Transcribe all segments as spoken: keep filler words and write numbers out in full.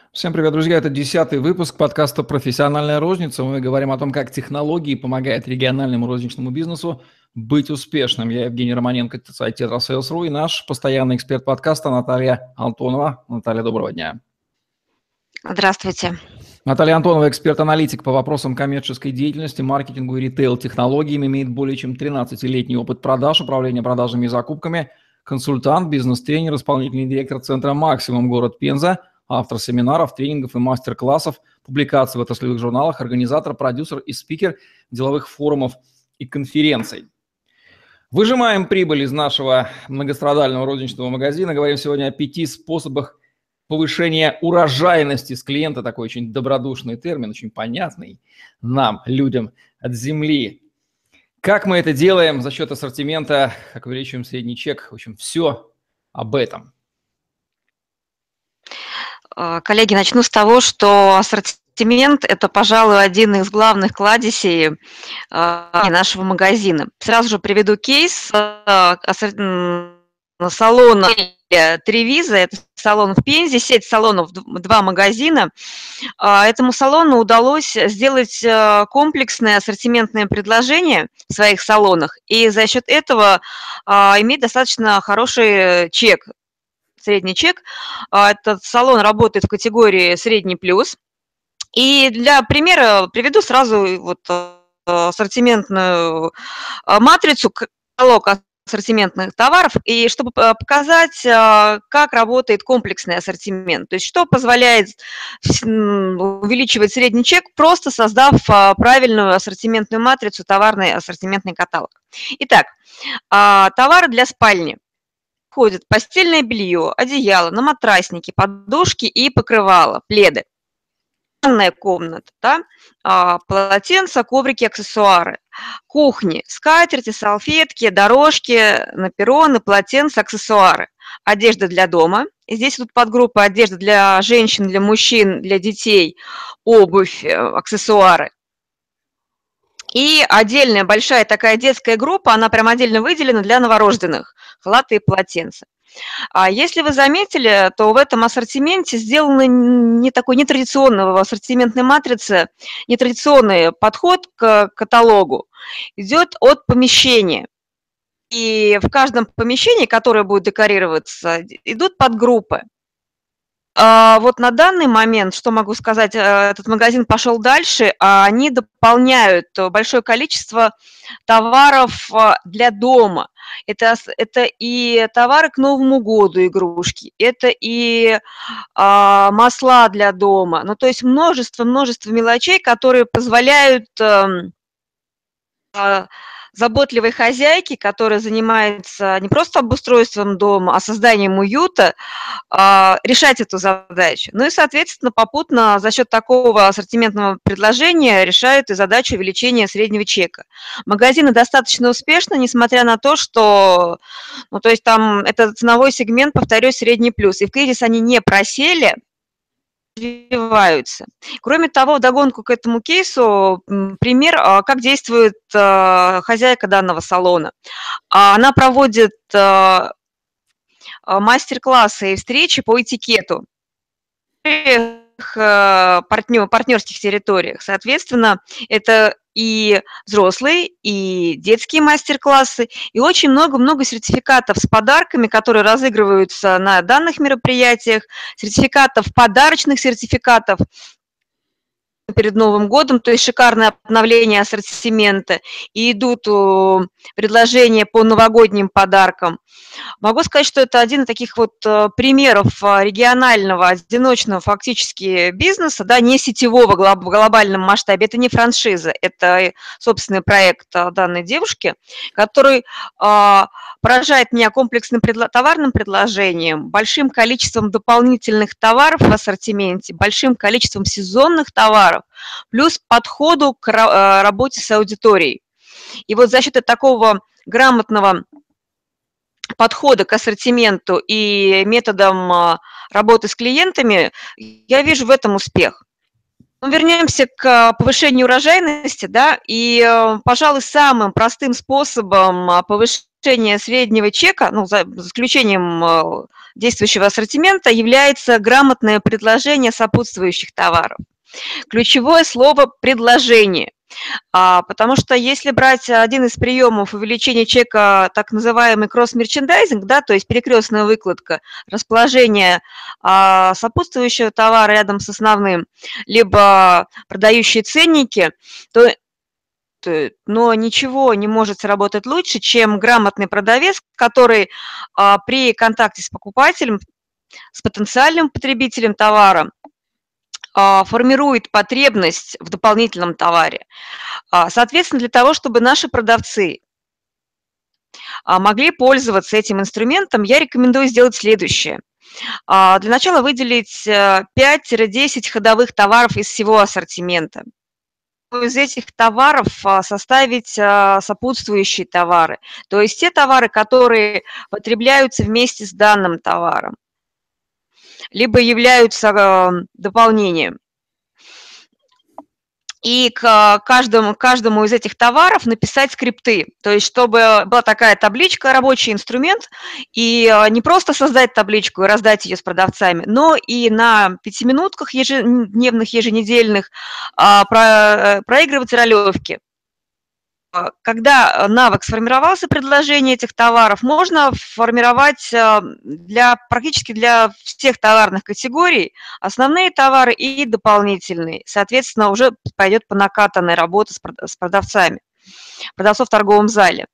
Всем привет, друзья! Это десятый выпуск подкаста «Профессиональная розница». Мы говорим о том, как технологии помогают региональному розничному бизнесу быть успешным. Я Евгений Романенко, сайт тетрасейлс точка ру, и наш постоянный эксперт подкаста Наталья Антонова. Наталья, доброго дня. Здравствуйте. Наталья Антонова, эксперт-аналитик по вопросам коммерческой деятельности, маркетингу и ритейл-технологиями, имеет более чем тринадцатилетний опыт продаж, управления продажами и закупками, консультант, бизнес-тренер, исполнительный директор центра «Максимум», город Пенза, автор семинаров, тренингов и мастер-классов, публикаций в отраслевых журналах, организатор, продюсер и спикер деловых форумов и конференций. Выжимаем прибыль из нашего многострадального розничного магазина. Говорим сегодня о пяти способах повышения урожайности с клиента. Такой очень добродушный термин, очень понятный нам, людям от земли. Как мы это делаем за счет ассортимента, как увеличиваем средний чек. В общем, все об этом. Коллеги, начну с того, что ассортимент – это, пожалуй, один из главных кладезей нашего магазина. Сразу же приведу кейс салона Тревиза. Это салон в Пензе, сеть салонов, два магазина. Этому салону удалось сделать комплексное ассортиментное предложение в своих салонах и за счет этого иметь достаточно хороший чек. Средний чек. Этот салон работает в категории средний плюс. И для примера приведу сразу вот ассортиментную матрицу, каталог ассортиментных товаров, и чтобы показать, как работает комплексный ассортимент. То есть что позволяет увеличивать средний чек, просто создав правильную ассортиментную матрицу, товарный ассортиментный каталог. Итак, товары для спальни. Входит постельное белье, одеяло, на матрасники, подушки и покрывала, пледы. Ванная комната, да? Полотенца, коврики, аксессуары. Кухни, скатерти, салфетки, дорожки, напероны, полотенца, аксессуары. Одежда для дома. И здесь идут подгруппы: одежда для женщин, для мужчин, для детей, обувь, аксессуары. И отдельная большая такая детская группа, она прям отдельно выделена для новорожденных, халаты и полотенца. А если вы заметили, то в этом ассортименте сделаны не такой нетрадиционный в ассортиментной матрице, нетрадиционный подход к каталогу. Идет от помещения. И в каждом помещении, которое будет декорироваться, идут подгруппы. Вот на данный момент, что могу сказать, этот магазин пошел дальше, они дополняют большое количество товаров для дома. Это, это и товары к Новому году, игрушки, это и а, масла для дома. Ну, то есть множество-множество мелочей, которые позволяют а, заботливой хозяйке, которая занимается не просто обустройством дома, а созданием уюта, решать эту задачу. Ну и, соответственно, попутно за счет такого ассортиментного предложения решают и задачу увеличения среднего чека. Магазины достаточно успешны, несмотря на то, что, ну, то есть там это ценовой сегмент, повторюсь, средний плюс. И в кризис они не просели, развиваются. Кроме того, вдогонку к этому кейсу пример, как действует хозяйка данного салона. Она проводит мастер-классы и встречи по этикету партнер, партнерских территориях. Соответственно, это и взрослые, и детские мастер-классы, и очень много-много сертификатов с подарками, которые разыгрываются на данных мероприятиях, сертификатов, подарочных сертификатов перед Новым годом, то есть шикарное обновление ассортимента, и идут предложения по новогодним подаркам. Могу сказать, что это один из таких вот примеров регионального, одиночного фактически бизнеса, да, не сетевого в глобальном масштабе, это не франшиза, это собственный проект данной девушки, который поражает меня комплексным предло- товарным предложением, большим количеством дополнительных товаров в ассортименте, большим количеством сезонных товаров, плюс подходу к работе с аудиторией. И вот за счет такого грамотного подхода к ассортименту и методам работы с клиентами я вижу в этом успех. Но вернемся к повышению урожайности, да, и, пожалуй, самым простым способом повышения среднего чека, ну, за исключением действующего ассортимента, является грамотное предложение сопутствующих товаров. Ключевое слово «предложение». А, потому что если брать один из приемов увеличения чека, так называемый кросс-мерчендайзинг, да, то есть перекрестная выкладка, расположение а, сопутствующего товара рядом с основным, либо продающие ценники, то, то, но ничего не может сработать лучше, чем грамотный продавец, который а, при контакте с покупателем, с потенциальным потребителем товара, формирует потребность в дополнительном товаре. Соответственно, для того, чтобы наши продавцы могли пользоваться этим инструментом, я рекомендую сделать следующее. Для начала выделить пять-десять ходовых товаров из всего ассортимента. Из этих товаров составить сопутствующие товары, то есть те товары, которые потребляются вместе с данным товаром, либо являются дополнением. И к каждому, каждому из этих товаров написать скрипты, то есть чтобы была такая табличка, рабочий инструмент, и не просто создать табличку и раздать ее с продавцами, но и на пятиминутках ежедневных, еженедельных проигрывать ролевки. Когда навык сформировался, предложение этих товаров, можно формировать для, практически для всех товарных категорий основные товары и дополнительные. Соответственно, уже пойдет по накатанной работе с продавцами, продавцов в торговом зале.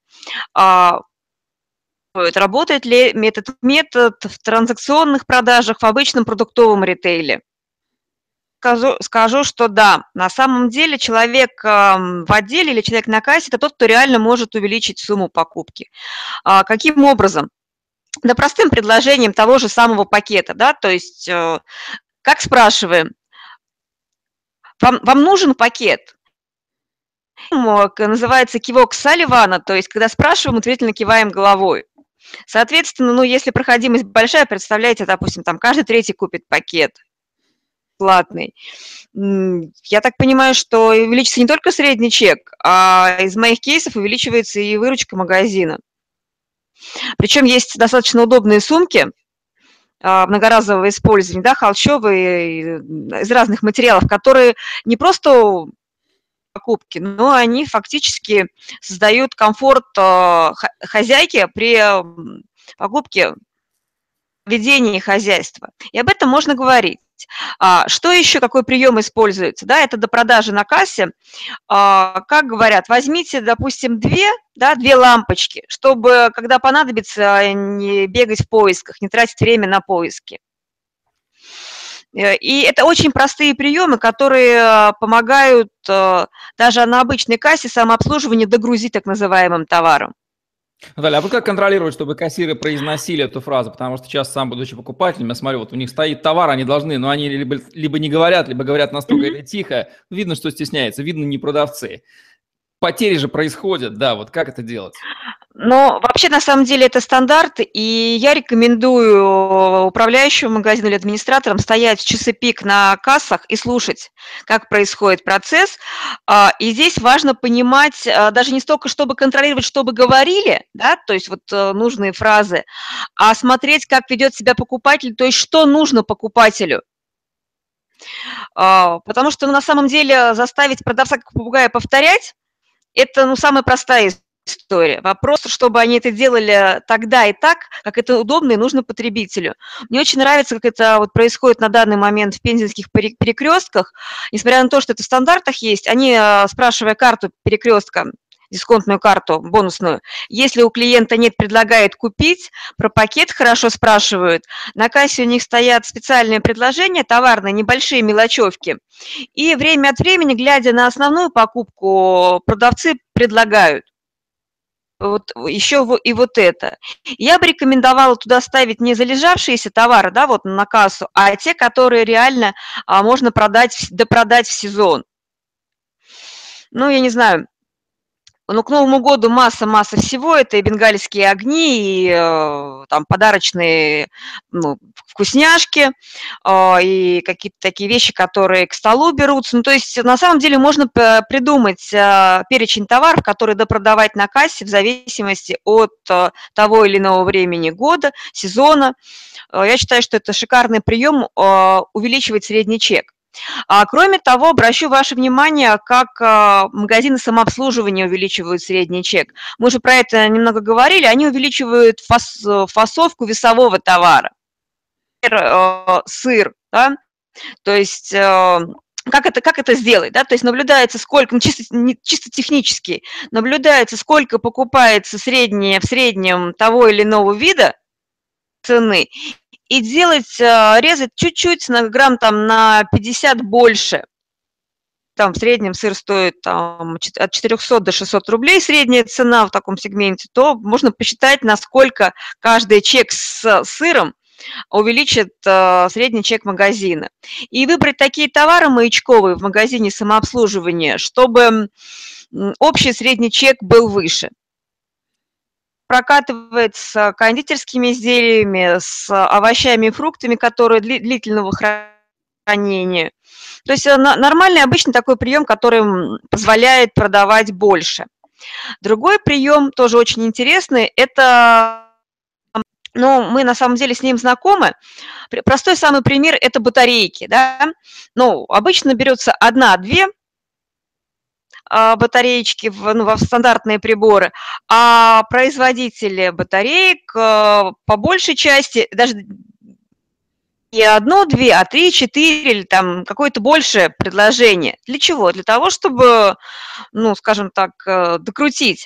Работает ли этот метод в транзакционных продажах, в обычном продуктовом ритейле? Скажу, скажу, что да, на самом деле человек в отделе или человек на кассе – это тот, кто реально может увеличить сумму покупки. Каким образом? Да простым предложением того же самого пакета, да, то есть как спрашиваем, вам, вам нужен пакет? Называется кивок Салливана, то есть когда спрашиваем, утвердительно киваем головой. Соответственно, ну, если проходимость большая, представляете, допустим, там каждый третий купит пакет платный. Я так понимаю, что увеличится не только средний чек, а из моих кейсов увеличивается и выручка магазина. Причем есть достаточно удобные сумки многоразового использования, да, холщовые, из разных материалов, которые не просто покупки, но они фактически создают комфорт хозяйки при покупке, ведении хозяйства. И об этом можно говорить. Что еще, какой прием используется? Да, это до продажи на кассе. Как говорят, возьмите, допустим, две, да, две лампочки, чтобы, когда понадобится, не бегать в поисках, не тратить время на поиски. И это очень простые приемы, которые помогают даже на обычной кассе самообслуживанию догрузить так называемым товаром. Наталья, а вот как контролировать, чтобы кассиры произносили эту фразу? Потому что сейчас, сам будучи покупателем, я смотрю, вот у них стоит товар, они должны, но они либо, либо не говорят, либо говорят настолько или тихо. Видно, что стесняется, видно, не продавцы. Потери же происходят, да, вот как это делать? Но вообще, на самом деле, это стандарт, и я рекомендую управляющему магазину или администраторам стоять в часы пик на кассах и слушать, как происходит процесс. И здесь важно понимать, даже не столько, чтобы контролировать, чтобы говорили, да, то есть вот нужные фразы, а смотреть, как ведет себя покупатель, то есть что нужно покупателю. Потому что, ну, на самом деле, заставить продавца как попугая повторять, это, ну, самая простая история. История. Вопрос, чтобы они это делали тогда и так, как это удобно и нужно потребителю. Мне очень нравится, как это вот происходит на данный момент в пензенских перекрестках. Несмотря на то, что это в стандартах есть, они, спрашивая карту перекрестка, дисконтную карту бонусную, если у клиента нет, предлагает купить, про пакет хорошо спрашивают. На кассе у них стоят специальные предложения, товарные, небольшие мелочевки. И время от времени, глядя на основную покупку, продавцы предлагают. Вот еще и вот это. Я бы рекомендовала туда ставить не залежавшиеся товары, да, вот на кассу, а те, которые реально а, можно продать, допродать в сезон. Ну, я не знаю, Ну, к Новому году масса-масса всего. Это и бенгальские огни, и э, там подарочные, ну, вкусняшки, э, и какие-то такие вещи, которые к столу берутся. Ну, то есть на самом деле можно придумать э, перечень товаров, которые допродавать на кассе в зависимости от э, того или иного времени года, сезона. Э, я считаю, что это шикарный прием э, увеличивать средний чек. А, кроме того, обращу ваше внимание, как а, магазины самообслуживания увеличивают средний чек. Мы уже про это немного говорили. Они увеличивают фас, фасовку весового товара. Например, сыр, да? То есть как это, как это сделать? Да? То есть наблюдается, сколько, ну, чисто, не, чисто технически, наблюдается, сколько покупается среднее, в среднем того или иного вида цены, и делать, резать чуть-чуть на грамм там на пятьдесят больше. Там в среднем сыр стоит там, от четырёхсот до шестисот рублей, средняя цена в таком сегменте, то можно посчитать, насколько каждый чек с сыром увеличит э, средний чек магазина. И выбрать такие товары маячковые в магазине самообслуживания, чтобы общий средний чек был выше. Прокатывает с кондитерскими изделиями, с овощами и фруктами, которые длительного хранения. То есть нормальный, обычный такой прием, который позволяет продавать больше. Другой прием, тоже очень интересный, это, ну, мы на самом деле с ним знакомы. Простой самый пример – это батарейки. Да? Ну, обычно берется одна-две батареечки в, ну, в стандартные приборы, а производители батареек по большей части, даже не одно, две, а три, четыре, или там какое-то большее предложение. Для чего? Для того, чтобы, ну, скажем так, докрутить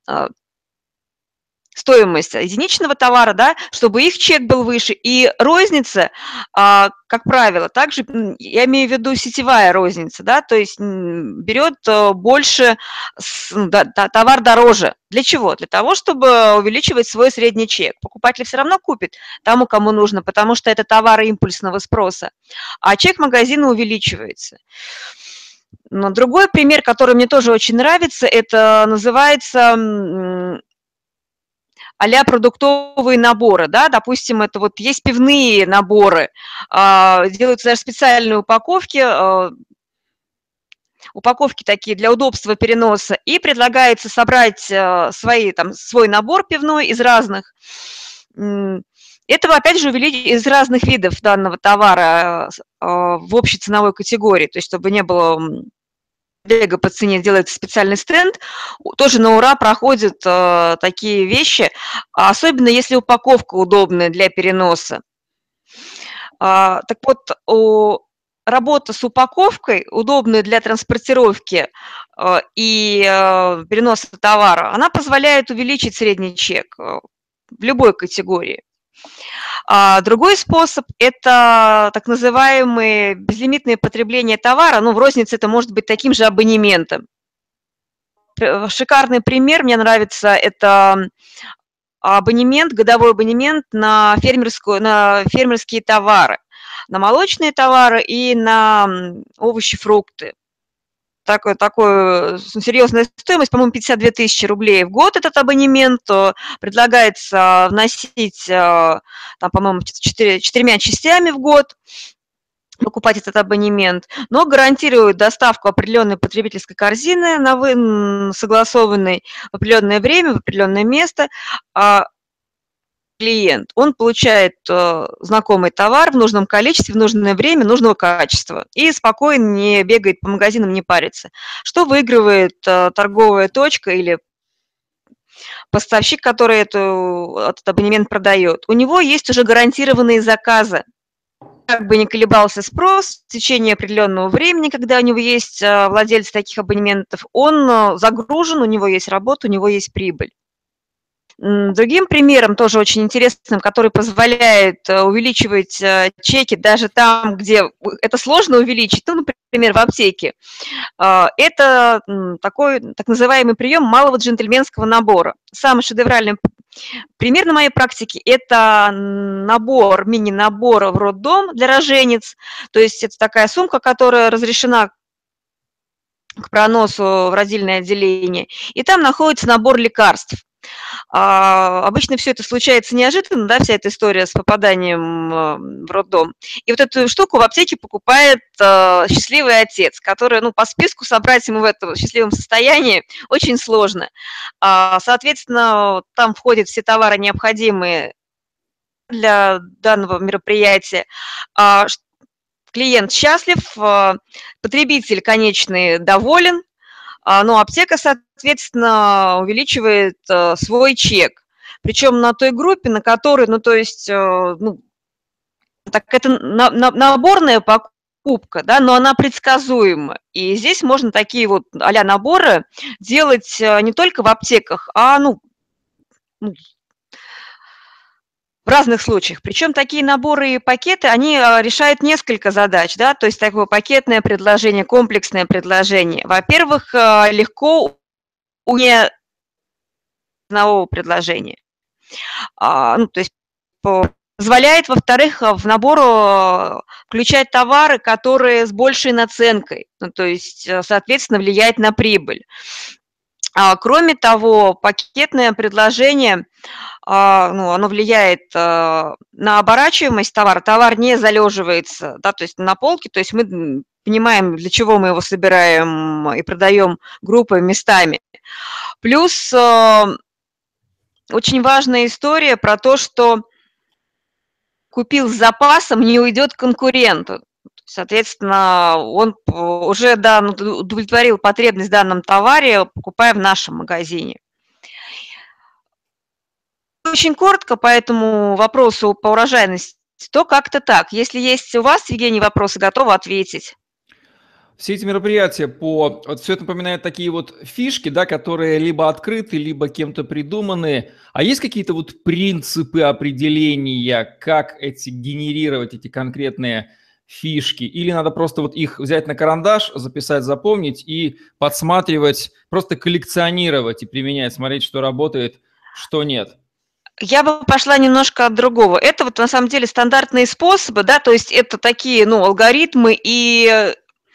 стоимость единичного товара, да, чтобы их чек был выше, и розница, как правило, также, я имею в виду сетевая розница, да, то есть берет больше, да, товар дороже. Для чего? Для того, чтобы увеличивать свой средний чек. Покупатель все равно купит тому, кому нужно, потому что это товары импульсного спроса, а чек магазина увеличивается. Но другой пример, который мне тоже очень нравится, это называется а-ля продуктовые наборы, да, допустим, это вот есть пивные наборы, делаются даже специальные упаковки, упаковки такие для удобства переноса, и предлагается собрать свои, там, свой набор пивной из разных, этого, опять же, увеличить из разных видов данного товара в общей ценовой категории, то есть чтобы не было бега по цене, делается специальный стенд, тоже на ура проходят э, такие вещи, особенно если упаковка удобная для переноса. А, так вот, о, работа с упаковкой, удобная для транспортировки э, и э, переноса товара, она позволяет увеличить средний чек э, в любой категории. А другой способ – это так называемое безлимитное потребление товара. Ну, в рознице это может быть таким же абонементом. Шикарный пример, мне нравится, это абонемент, годовой абонемент на, фермерскую, на фермерские товары, на молочные товары и на овощи, фрукты. Такой, такой серьезная стоимость, по-моему, пятьдесят две тысячи рублей в год этот абонемент. Предлагается вносить, там, по-моему, четыре, четырьмя частями в год, покупать этот абонемент, но гарантирует доставку определенной потребительской корзины, на вы, согласованной в определенное время, в определенное место. Клиент, он получает э, знакомый товар в нужном количестве, в нужное время, нужного качества и спокойно не бегает по магазинам, не парится. Что выигрывает э, торговая точка или поставщик, который эту, этот абонемент продает? У него есть уже гарантированные заказы. Как бы ни колебался спрос, в течение определенного времени, когда у него есть э, владелец таких абонементов, он э, загружен, у него есть работа, у него есть прибыль. Другим примером, тоже очень интересным, который позволяет увеличивать чеки даже там, где это сложно увеличить, ну, например, в аптеке, это такой так называемый прием малого джентльменского набора. Самый шедевральный пример на моей практике – это набор, мини-набор в роддом для рожениц, то есть это такая сумка, которая разрешена к проносу в родильное отделение, и там находится набор лекарств. А, обычно все это случается неожиданно, да, вся эта история с попаданием а, в роддом. И вот эту штуку в аптеке покупает а, счастливый отец, который, ну, по списку собрать ему в этом счастливом состоянии очень сложно. А, соответственно, там входят все товары, необходимые для данного мероприятия. А, клиент счастлив, а, потребитель конечный доволен, а, но аптека, соответственно, увеличивает а, свой чек. Причем на той группе, на которой, ну, то есть, а, ну, так это на, на, наборная покупка, да, но она предсказуема. И здесь можно такие вот а-ля наборы делать а, не только в аптеках, а, ну, в разных случаях. Причем такие наборы и пакеты, они решают несколько задач, да, то есть такое пакетное предложение, комплексное предложение. Во-первых, легко у не одного предложения. А, ну, то есть позволяет, во-вторых, в набор включать товары, которые с большей наценкой, ну, то есть, соответственно, влияет на прибыль. А, кроме того, пакетное предложение, а, ну, оно влияет а, на оборачиваемость товара. Товар не залеживается, да, то есть на полке, то есть мы понимаем, для чего мы его собираем и продаем группами, местами. Плюс а, очень важная история про то, что купил с запасом, не уйдет к конкуренту. Соответственно, он уже, да, удовлетворил потребность в данном товаре, покупая в нашем магазине. Очень коротко по этому вопросу по урожайности, то как-то так. Если есть у вас, Евгений, вопросы, готова ответить. Все эти мероприятия по... Вот все это напоминает такие вот фишки, да, которые либо открыты, либо кем-то придуманы. А есть какие-то вот принципы определения, как эти генерировать эти конкретные фишки? Или надо просто вот их взять на карандаш, записать, запомнить и подсматривать, просто коллекционировать и применять, смотреть, что работает, что нет? Я бы пошла немножко от другого. Это вот на самом деле стандартные способы, да, то есть это такие, ну, алгоритмы и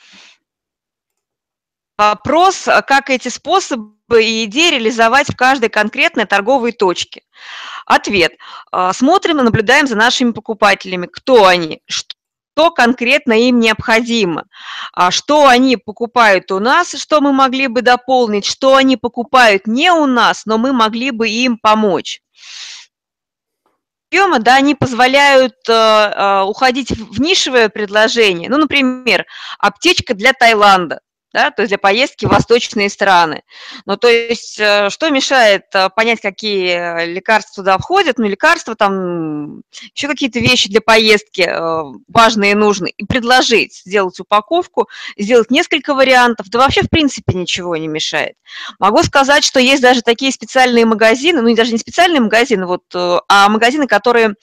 вопрос, как эти способы и идеи реализовать в каждой конкретной торговой точке. Ответ. Смотрим и наблюдаем за нашими покупателями. Кто они? Что конкретно им необходимо? Что они покупают у нас, что мы могли бы дополнить? Что они покупают не у нас, но мы могли бы им помочь? Приемы, да, они позволяют э, уходить в нишевое предложение. Ну, например, аптечка для Таиланда, да, то есть для поездки в восточные страны. Ну, то есть что мешает понять, какие лекарства туда входят? Ну, лекарства, там, еще какие-то вещи для поездки важные и нужные, и предложить, сделать упаковку, сделать несколько вариантов, да вообще, в принципе, ничего не мешает. Могу сказать, что есть даже такие специальные магазины, ну, даже не специальные магазины, вот, а магазины, которые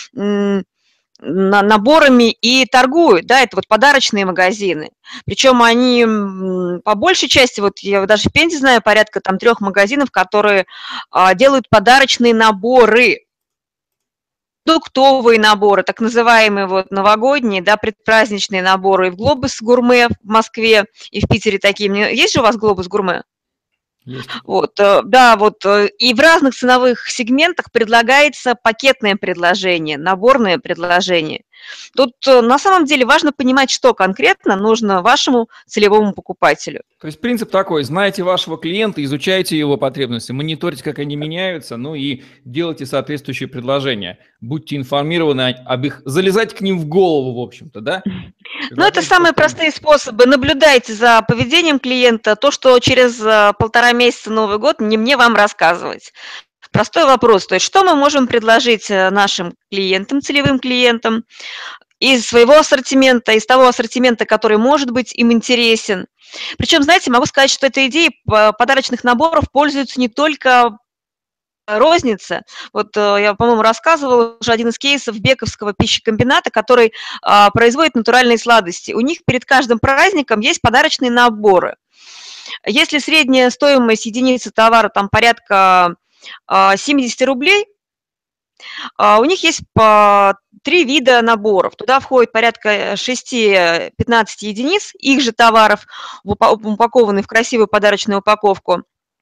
наборами и торгуют, да, это вот подарочные магазины. Причем они по большей части, вот я даже в Пензе знаю порядка там трех магазинов, которые а, делают подарочные наборы, продуктовые наборы, так называемые вот новогодние, да, предпраздничные наборы. И в Глобус Гурме в Москве и в Питере такие. Есть же у вас Глобус Гурме? Есть. Вот, да, вот, и в разных ценовых сегментах предлагается пакетное предложение, наборное предложение. Тут на самом деле важно понимать, что конкретно нужно вашему целевому покупателю. То есть принцип такой: знаете вашего клиента, изучайте его потребности, мониторите, как они меняются, ну и делайте соответствующие предложения. Будьте информированы об их, залезайте к ним в голову, в общем-то, да? Ну, это самые простые способы. Наблюдайте за поведением клиента, то, что через полтора месяца Новый год, не мне вам рассказывать. Простой вопрос, то есть что мы можем предложить нашим клиентам, целевым клиентам из своего ассортимента, из того ассортимента, который может быть им интересен. Причем, знаете, могу сказать, что этой идеей подарочных наборов пользуются не только розница. Вот я, по-моему, рассказывала уже один из кейсов Бековского пищекомбината, который а, производит натуральные сладости. У них перед каждым праздником есть подарочные наборы. Если средняя стоимость единицы товара там порядка а, семьдесят рублей, а, у них есть по три вида наборов. Туда входит порядка шесть-пятнадцать единиц их же товаров, упакованные в красивую подарочную упаковку.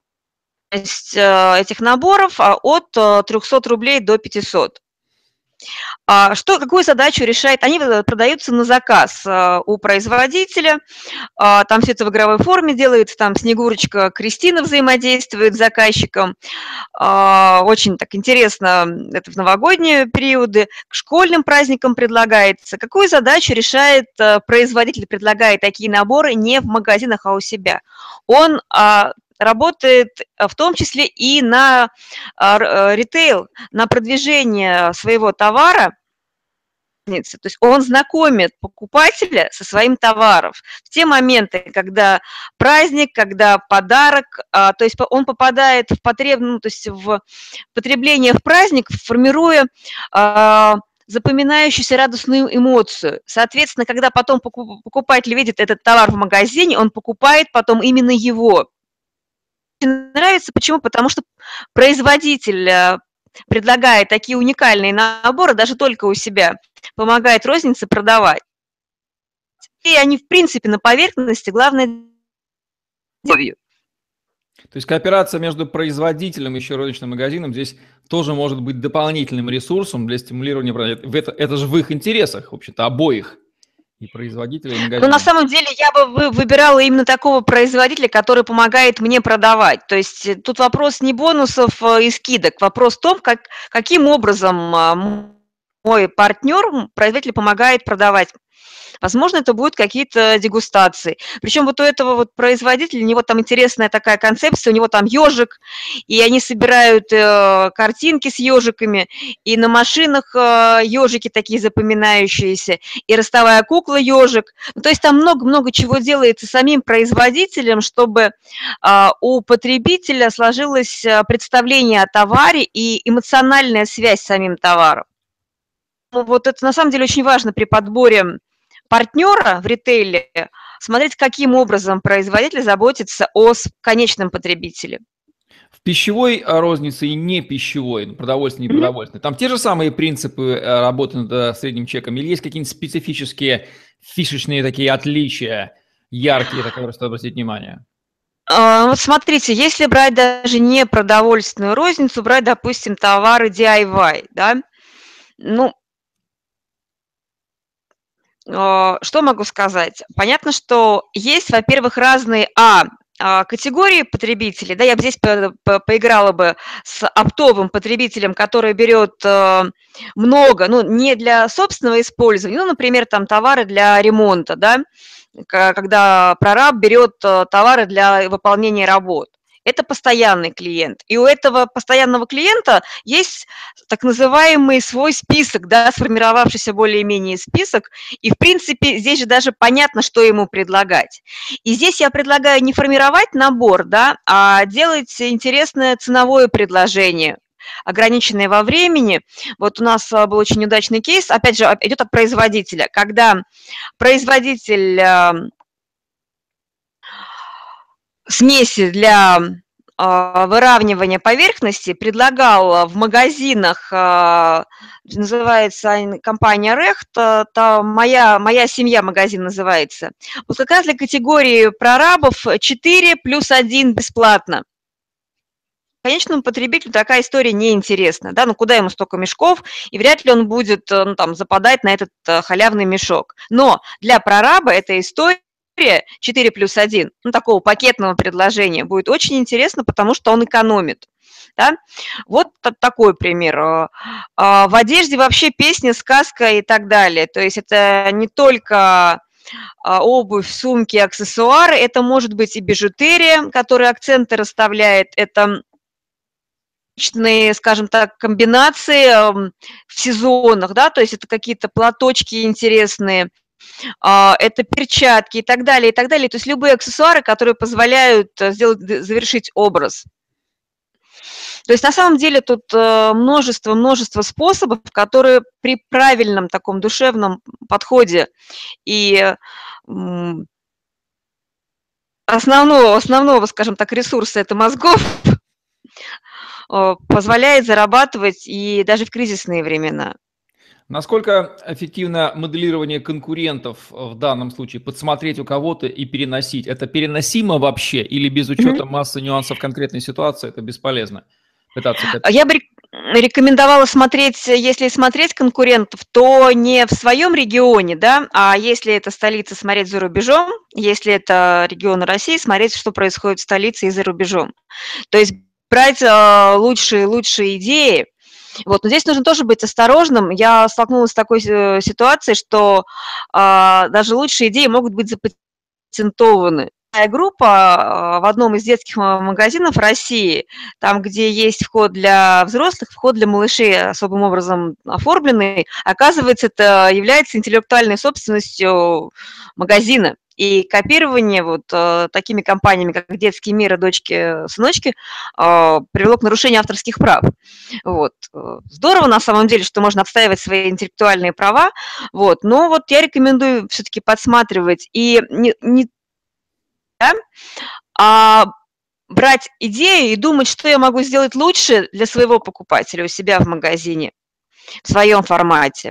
Этих наборов от трёхсот рублей до пятисот. Что, какую задачу решает? Они продаются на заказ у производителя, там все это в игровой форме делается, там Снегурочка, Кристина взаимодействует с заказчиком, очень так интересно, это в новогодние периоды, к школьным праздникам предлагается. Какую задачу решает производитель, предлагая такие наборы не в магазинах, а у себя? Он работает в том числе и на ритейл, на продвижение своего товара. То есть он знакомит покупателя со своим товаром. В те моменты, когда праздник, когда подарок, то есть он попадает в, потреб... ну, то есть в потребление в праздник, формируя запоминающуюся радостную эмоцию. Соответственно, когда потом покупатель видит этот товар в магазине, он покупает потом именно его. Нравится. Почему? Потому что производитель, предлагая такие уникальные наборы, даже только у себя, помогает рознице продавать. И они, в принципе, на поверхности, главное, любовью. То есть кооперация между производителем и еще розничным магазином здесь тоже может быть дополнительным ресурсом для стимулирования продажи. Это, это же в их интересах, в общем-то, обоих. И производителя, и магазина. Ну, на самом деле, я бы выбирала именно такого производителя, который помогает мне продавать. То есть тут вопрос не бонусов и скидок, вопрос в том, как, каким образом мой партнер, производитель, помогает продавать. Возможно, это будут какие-то дегустации. Причем вот у этого вот производителя, у него там интересная такая концепция, у него там ежик, и они собирают э, картинки с ежиками, и на машинах э, ежики такие запоминающиеся, и ростовая кукла ежик. Ну, то есть там много-много чего делается самим производителем, чтобы э, у потребителя сложилось представление о товаре и эмоциональная связь с самим товаром. Вот это на самом деле очень важно при подборе партнера в ритейле, смотреть, каким образом производитель заботится о конечном потребителе. В пищевой рознице и не пищевой, продовольственной и непродовольственной, там те же самые принципы работы над средним чеком, или есть какие-нибудь специфические фишечные такие отличия, яркие, на которые стоит обратить внимание? Вот смотрите, если брать даже не продовольственную розницу, брать, допустим, товары ди ай вай, да, ну, что могу сказать? Понятно, что есть, во-первых, разные а, категории потребителей. Да, я бы здесь по по поиграла бы с оптовым потребителем, который берет много, ну, не для собственного использования, ну, например, там товары для ремонта, да, когда прораб берет товары для выполнения работ. Это постоянный клиент. И у этого постоянного клиента есть так называемый свой список, да, сформировавшийся более-менее список. И, в принципе, здесь же даже понятно, что ему предлагать. И здесь я предлагаю не формировать набор, да, а делать интересное ценовое предложение, ограниченное во времени. Вот у нас был очень удачный кейс, опять же, идет от производителя, когда производитель смеси для выравнивания поверхности предлагал в магазинах, называется компания Рехт, там моя, моя семья магазин называется. Вот как раз для категории прорабов четыре плюс один бесплатно. Конечному потребителю такая история неинтересна, да, ну куда ему столько мешков, и вряд ли он будет, ну, там, западать на этот халявный мешок. Но для прораба эта история четыре плюс один, ну, такого пакетного предложения, будет очень интересно, потому что он экономит. Да? Вот такой пример. В одежде вообще песня, сказка и так далее. То есть это не только обувь, сумки, аксессуары, это может быть и бижутерия, которая акценты расставляет, это личные, скажем так, комбинации в сезонах, да, то есть это какие-то платочки интересные, это перчатки и так далее, и так далее. То есть любые аксессуары, которые позволяют сделать, завершить образ. То есть на самом деле тут множество-множество способов, которые при правильном таком душевном подходе и основного, основного, скажем так, ресурса – это мозгов, позволяет зарабатывать и даже в кризисные времена. Насколько эффективно моделирование конкурентов в данном случае? Подсмотреть у кого-то и переносить. Это переносимо вообще или без учета Мгм. массы нюансов конкретной ситуации это бесполезно? Пытаться к А этому. я бы рек рекомендовала смотреть, если смотреть конкурентов, то не в своем регионе, да, а если это столица, смотреть за рубежом, если это регионы России, смотреть, что происходит в столице и за рубежом. То есть брать, а, лучшие лучшие идеи. Вот, но здесь нужно тоже быть осторожным. Я столкнулась с такой си ситуацией, что, а, даже лучшие идеи могут быть запатентованы. Такая группа, а, в одном из детских ма магазинов России, там, где есть вход для взрослых, вход для малышей особым образом оформленный, оказывается, это является интеллектуальной собственностью магазина. И копирование вот, э, такими компаниями, как "Детский мир" и "Дочки, сыночки", а, привело к нарушению авторских прав. Вот. Э, здорово на самом деле, что можно отстаивать свои интеллектуальные права, вот, но вот я рекомендую всё-таки подсматривать и не не да, а брать идею и думать, что я могу сделать лучше для своего покупателя у себя в магазине, в своем формате.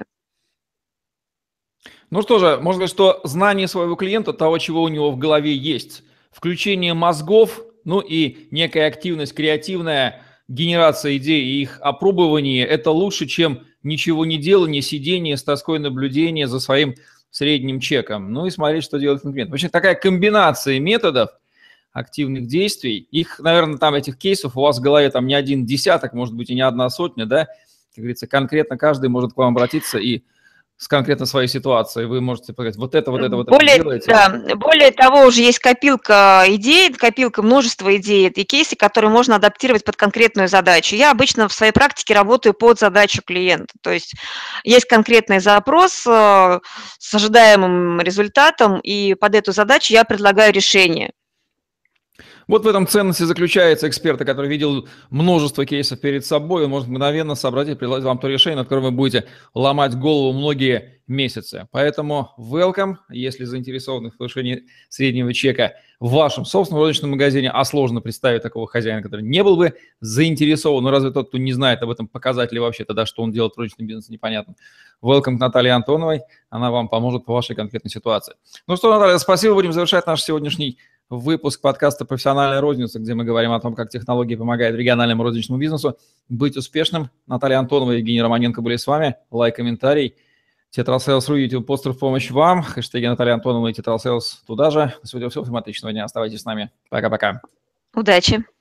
Ну что же, можно сказать, что знание своего клиента, того, чего у него в голове есть, включение мозгов, ну и некая активность креативная, генерация идей и их опробование – это лучше, чем ничего не делание, сидение с тоской наблюдения за своим средним чеком. Ну и смотреть, что делает конкурент. В общем, такая комбинация методов, активных действий. Их, наверное, там этих кейсов у вас в голове там не один десяток, может быть, и не одна сотня, да? Как говорится, конкретно каждый может к вам обратиться и с конкретно своей ситуацией вы можете сказать: вот это, вот это, вот это Более делаете. да, более того, уже есть копилка идей, копилка множества идей. Это и кейсы, которые можно адаптировать под конкретную задачу. Я обычно в своей практике работаю под задачу клиента. То есть есть конкретный запрос, э, с ожидаемым результатом, и под эту задачу я предлагаю решение. Вот в этом ценность и заключается эксперта, который видел множество кейсов перед собой. Он может мгновенно собрать и предложить вам то решение, над которым вы будете ломать голову многие месяцы. Поэтому welcome, если заинтересованы в повышении среднего чека в вашем собственном розничном магазине, а сложно представить такого хозяина, который не был бы заинтересован, но разве тот, кто не знает об этом показателе вообще тогда, что он делает в розничном бизнесе, непонятно. Welcome к Наталье Антоновой, она вам поможет по вашей конкретной ситуации. Ну что, Наталья, спасибо, будем завершать наш сегодняшний выпуск подкаста «Профессиональная розница», где мы говорим о том, как технологии помогают региональному розничному бизнесу быть успешным. Наталья Антонова и Евгений Романенко были с вами. Лайк, комментарий. Тетрасейлс.ру, YouTube постер в помощь вам. Хэштеги Наталья Антонова и Тетрасейлс туда же. На сегодня все. Всем отличного дня. Оставайтесь с нами. Пока-пока. Удачи.